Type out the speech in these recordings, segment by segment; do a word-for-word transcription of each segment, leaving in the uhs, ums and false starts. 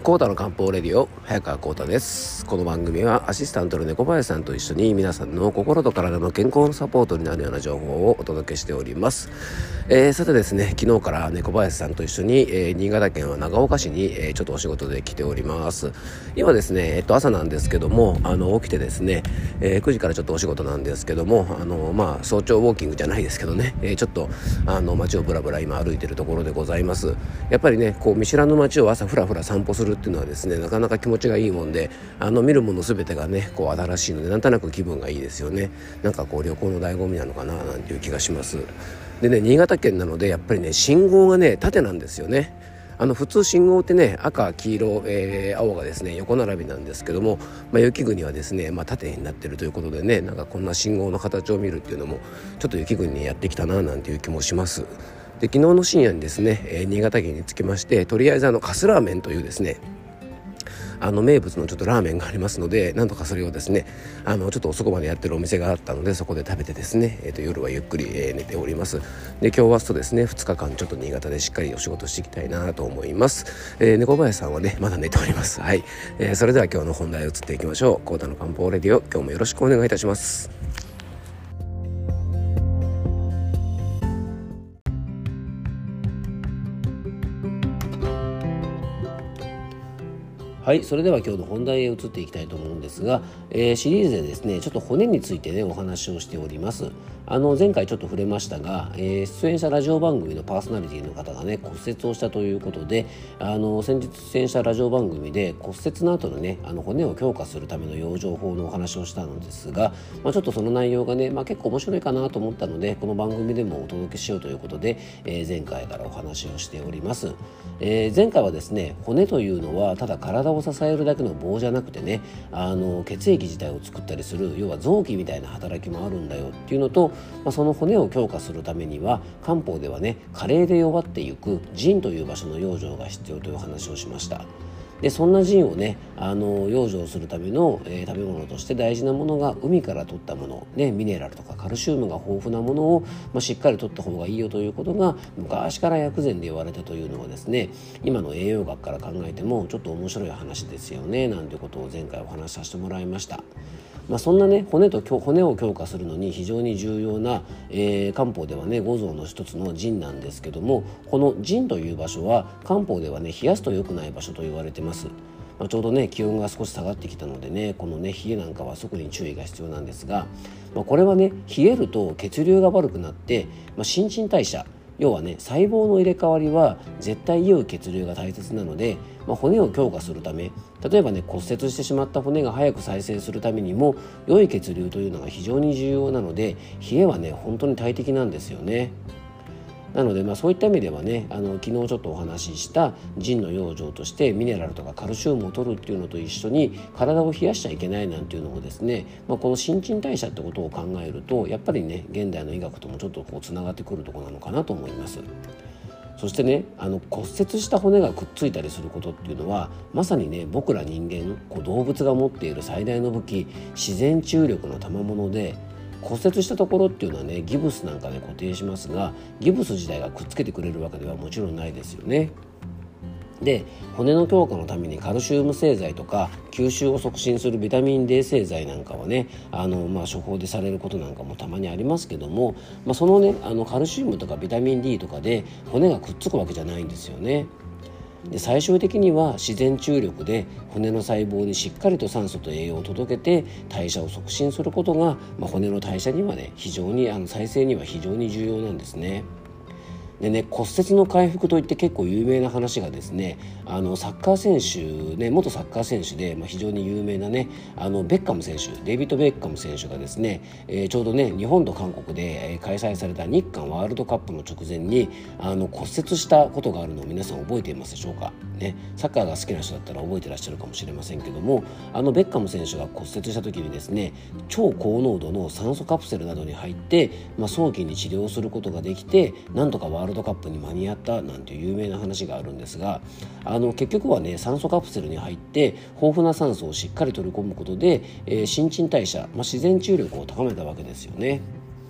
コータの漢方レディオ、早川コータです。この番組はアシスタントの猫林さんと一緒に皆さんの心と体の健康のサポートになるような情報をお届けしております。えー、さてですね、昨日から猫林さんと一緒に、えー、新潟県は長岡市に、えー、ちょっとお仕事で来ております。今ですね、えっと朝なんですけども、あの起きてですね、えー、くじからちょっとお仕事なんですけども、あのまあ早朝ウォーキングじゃないですけどね、えー、ちょっとあの街をブラブラ今歩いているところでございます。やっぱりね、こう見知らぬ街を朝ふらふら散歩するっていうのはですね、なかなか気持ちがいいもんで、あの見るものすべてがねこう新しいので、なんとなく気分がいいですよね。なんかこう旅行の醍醐味なのかななんていう気がします。でね、新潟県なのでやっぱりね信号がね縦なんですよね。あの普通信号ってね赤黄色、えー、青がですね横並びなんですけども、まあ、雪国はですね、まあ、縦になっているということでね、なんかこんな信号の形を見るっていうのもちょっと雪国にやってきたななんていう気もします。で、昨日の深夜にですね、えー、新潟県に着きまして、とりあえずあのカスラーメンというですねあの名物のちょっとラーメンがありますので、なんとかそれをですねあのちょっと遅くまでやってるお店があったので、そこで食べてですね、えー、と夜はゆっくり、えー、寝ております。で、今日はそうですねふつかかんちょっと新潟でしっかりお仕事していきたいなと思います。えー、猫林さんはねまだ寝ております。はい、えー、それでは今日の本題を移っていきましょう。コータの漢方レディオ、今日もよろしくお願いいたします。はい、それでは今日の本題へ移っていきたいと思うんですが、えー、シリーズでですねちょっと骨についてねお話をしております。あの前回ちょっと触れましたが、えー、出演者ラジオ番組のパーソナリティの方がね骨折をしたということで、あの先日出演者ラジオ番組で骨折の後のねあの骨を強化するための養生法のお話をしたのですが、まあ、ちょっとその内容がね、まあ、結構面白いかなと思ったので、この番組でもお届けしようということで、えー、前回からお話をしております。えー、前回はですね、骨というのはただ体を支えるだけの棒じゃなくてね、あの血液自体を作ったりする、要は臓器みたいな働きもあるんだよっていうのと、まあ、その骨を強化するためには漢方ではね加齢で弱っていく腎という場所の養生が必要という話をしました。で、そんな腎をねあの養生するための、えー、食べ物として大事なものが海から取ったもの、ね、ミネラルとかカルシウムが豊富なものを、まあ、しっかり取った方がいいよということが昔から薬膳で言われたというのはですね、今の栄養学から考えてもちょっと面白い話ですよねなんていうことを前回お話しさせてもらいました。まあ、そんなね骨と骨を強化するのに非常に重要な、えー、漢方ではね五臓の一つの腎なんですけども、この腎という場所は漢方ではね冷やすと良くない場所と言われてます。まあ、ちょうどね気温が少し下がってきたのでね、このね冷えなんかは特に注意が必要なんですが、まあ、これはね冷えると血流が悪くなって、まあ、新陳代謝、要はね細胞の入れ替わりは絶対良い血流が大切なので、まあ、骨を強化するため、例えばね骨折してしまった骨が早く再生するためにも良い血流というのが非常に重要なので、冷えはね本当に大敵なんですよね。なので、まあ、そういった意味ではねあの昨日ちょっとお話しした腎の養生としてミネラルとかカルシウムを取るっていうのと一緒に体を冷やしちゃいけないなんていうのもですね、まあ、この新陳代謝ってことを考えるとやっぱりね現代の医学ともちょっとこうつながってくるところなのかなと思います。そしてねあの骨折した骨がくっついたりすることっていうのはまさにね僕ら人間こう動物が持っている最大の武器、自然治癒力の賜物で、骨折したところっていうのはねギブスなんかで固定しますが、ギブス自体がくっつけてくれるわけではもちろんないですよね。で、骨の強化のためにカルシウム製剤とか吸収を促進するビタミン D 製剤なんかはねあの、まあ、処方でされることなんかもたまにありますけども、まあ、そのねあのカルシウムとかビタミン D とかで骨がくっつくわけじゃないんですよね。で、最終的には自然治癒力で骨の細胞にしっかりと酸素と栄養を届けて代謝を促進することが、まあ、骨の代謝にはね非常にあの再生には非常に重要なんですね。でね、骨折の回復といって結構有名な話がですね、あのサッカー選手、ね、元サッカー選手で、まあ、非常に有名なねあのベッカム選手、デイビッド・ベッカム選手がですね、えー、ちょうどね日本と韓国で、えー、開催された日韓ワールドカップの直前にあの骨折したことがあるのを皆さん覚えていますでしょうか、ね、サッカーが好きな人だったら覚えてらっしゃるかもしれませんけども、あのベッカム選手が骨折した時にですね超高濃度の酸素カプセルなどに入って、まあ、早期に治療することができて、なんとかワールドワールドカップに間に合ったなんていう有名な話があるんですが、あの結局はね酸素カプセルに入って豊富な酸素をしっかり取り込むことで、えー、新陳代謝、まあ、自然治癒力を高めたわけですよね。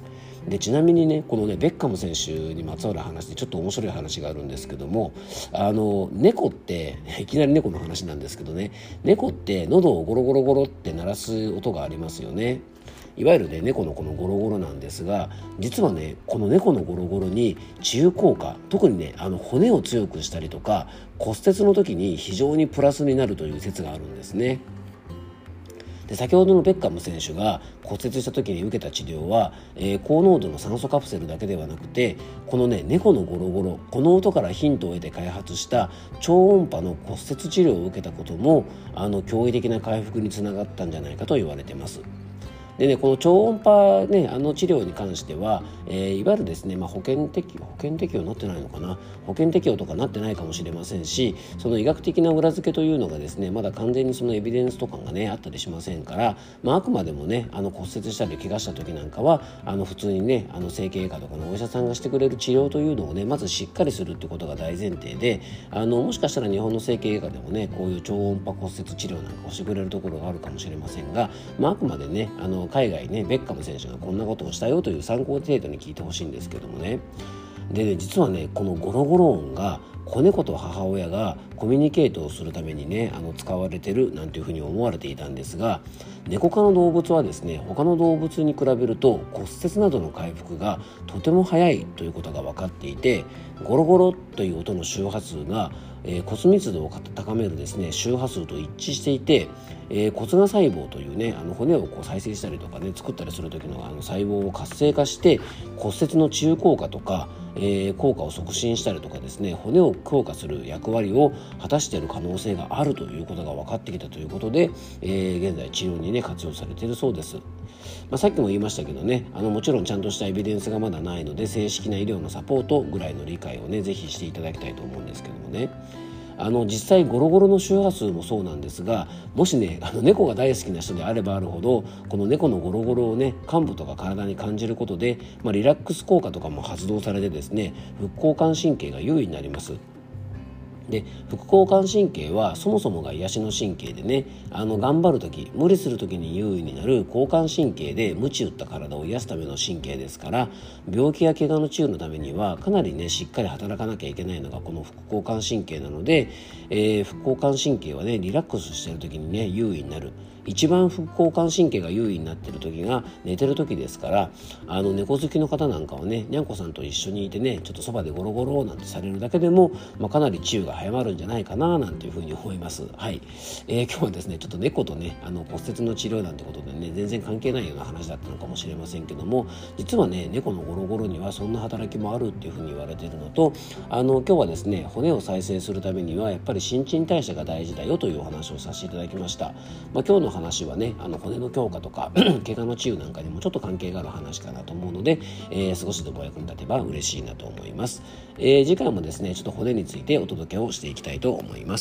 でちなみにねこのねベッカム選手にまつわる話でちょっと面白い話があるんですけども、あの猫っていきなり猫の話なんですけどね、猫って喉をゴロゴロゴロって鳴らす音がありますよね。いわゆるね猫のこのゴロゴロなんですが、実はねこの猫のゴロゴロに治癒効果、特にねあの骨を強くしたりとか骨折の時に非常にプラスになるという説があるんですね。で先ほどのベッカム選手が骨折した時に受けた治療は、えー、高濃度の酸素カプセルだけではなくて、このね猫のゴロゴロ、この音からヒントを得て開発した超音波の骨折治療を受けたこともあの驚異的な回復につながったんじゃないかと言われています。でね、この超音波、ね、あの治療に関しては、えー、いわゆるですね、まあ、保険適保険適用になってないのかな、保険適用とかなってないかもしれませんし、その医学的な裏付けというのがですねまだ完全にそのエビデンスとかがねあったりしませんから、まあ、あくまでもねあの骨折したり怪我した時なんかはあの普通にねあの整形外科とかのお医者さんがしてくれる治療というのをねまずしっかりするってことが大前提で、あのもしかしたら日本の整形外科でもねこういう超音波骨折治療なんかをしてくれるところがあるかもしれませんが、まあ、あくまでねあの海外ねベッカム選手がこんなことをしたよという参考程度に聞いてほしいんですけどもね。でね実はねこのゴロゴロ音が子猫と母親がコミュニケートをするためにねあの使われてるなんていうふうに思われていたんですが、猫科の動物はですね他の動物に比べると骨折などの回復がとても早いということが分かっていて、ゴロゴロという音の周波数が、えー、骨密度を高めるですね周波数と一致していて、えー、骨芽細胞というねあの骨をこう再生したりとかね作ったりする時のあの細胞を活性化して骨折の治癒効果とか、えー、効果を促進したりとかですね骨を強化する役割を果たしている可能性があるということが分かってきたということで、えー、現在治療にね活用されているそうです。まあ、さっきも言いましたけどねあのもちろんちゃんとしたエビデンスがまだないので正式な医療のサポートぐらいの理解をねぜひしていただきたいと思うんですけどもね、あの実際ゴロゴロの周波数もそうなんですが、もしねあの猫が大好きな人であればあるほどこの猫のゴロゴロをね患部とか体に感じることで、まあ、リラックス効果とかも発動されてですね副交感神経が優位になります。で副交感神経はそもそもが癒しの神経でねあの頑張るとき無理するときに優位になる交感神経で鞭打った体を癒すための神経ですから、病気や怪我の治癒のためにはかなりねしっかり働かなきゃいけないのがこの副交感神経なので、えー、副交感神経はねリラックスしているときにね優位になる。一番副交感神経が優位になっている時が寝てる時ですから、あの猫好きの方なんかはねにゃんこさんと一緒にいてねちょっとそばでゴロゴロなんてされるだけでも、まあ、かなり治癒が早まるんじゃないかななんていうふうに思います。はい、えー、今日はですねちょっと猫とねあの骨折の治療なんてことでね全然関係ないような話だったのかもしれませんけども、実はね猫のゴロゴロにはそんな働きもあるっていうふうに言われているのと、あの今日はですね骨を再生するためにはやっぱり新陳代謝が大事だよというお話をさせていただきました。まあ、今日の話はねあの骨の強化とか怪我の治癒なんかにもちょっと関係がある話かなと思うので、えー、少しでも役に立てば嬉しいなと思います。えー、次回もですねちょっと骨についてお届けをしていきたいと思います。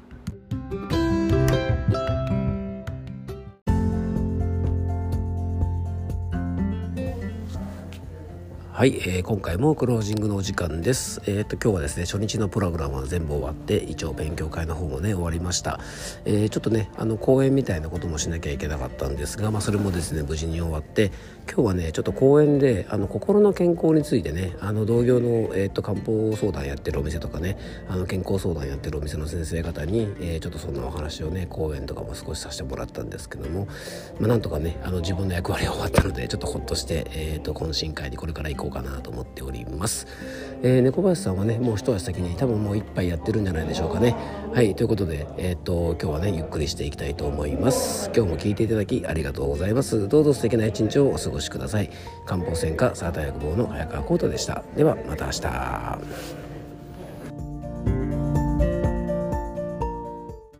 はい、えー、今回もクロージングのお時間です。えー、と今日はですね初日のプログラムは全部終わって一応勉強会の方もね終わりました。えー、ちょっとねあの講演みたいなこともしなきゃいけなかったんですが、まあ、それもですね無事に終わって、今日はねちょっと講演であの心の健康についてねあの同業の、えー、と漢方相談やってるお店とかねあの健康相談やってるお店の先生方に、えー、ちょっとそんなお話をね講演とかも少しさせてもらったんですけども、まあ、なんとかねあの自分の役割が終わったのでちょっとほっとして、えー、と懇親会にこれから行こうかなと思っております。えー、猫林さんはねもう一足先に多分もう一杯やってるんじゃないでしょうかね。はいということで、えー、と今日はねゆっくりしていきたいと思います。今日も聞いていただきありがとうございます。どうぞ素敵な一日をお過ごしください。漢方専科サーター薬房の早川浩太でした。ではまた明日。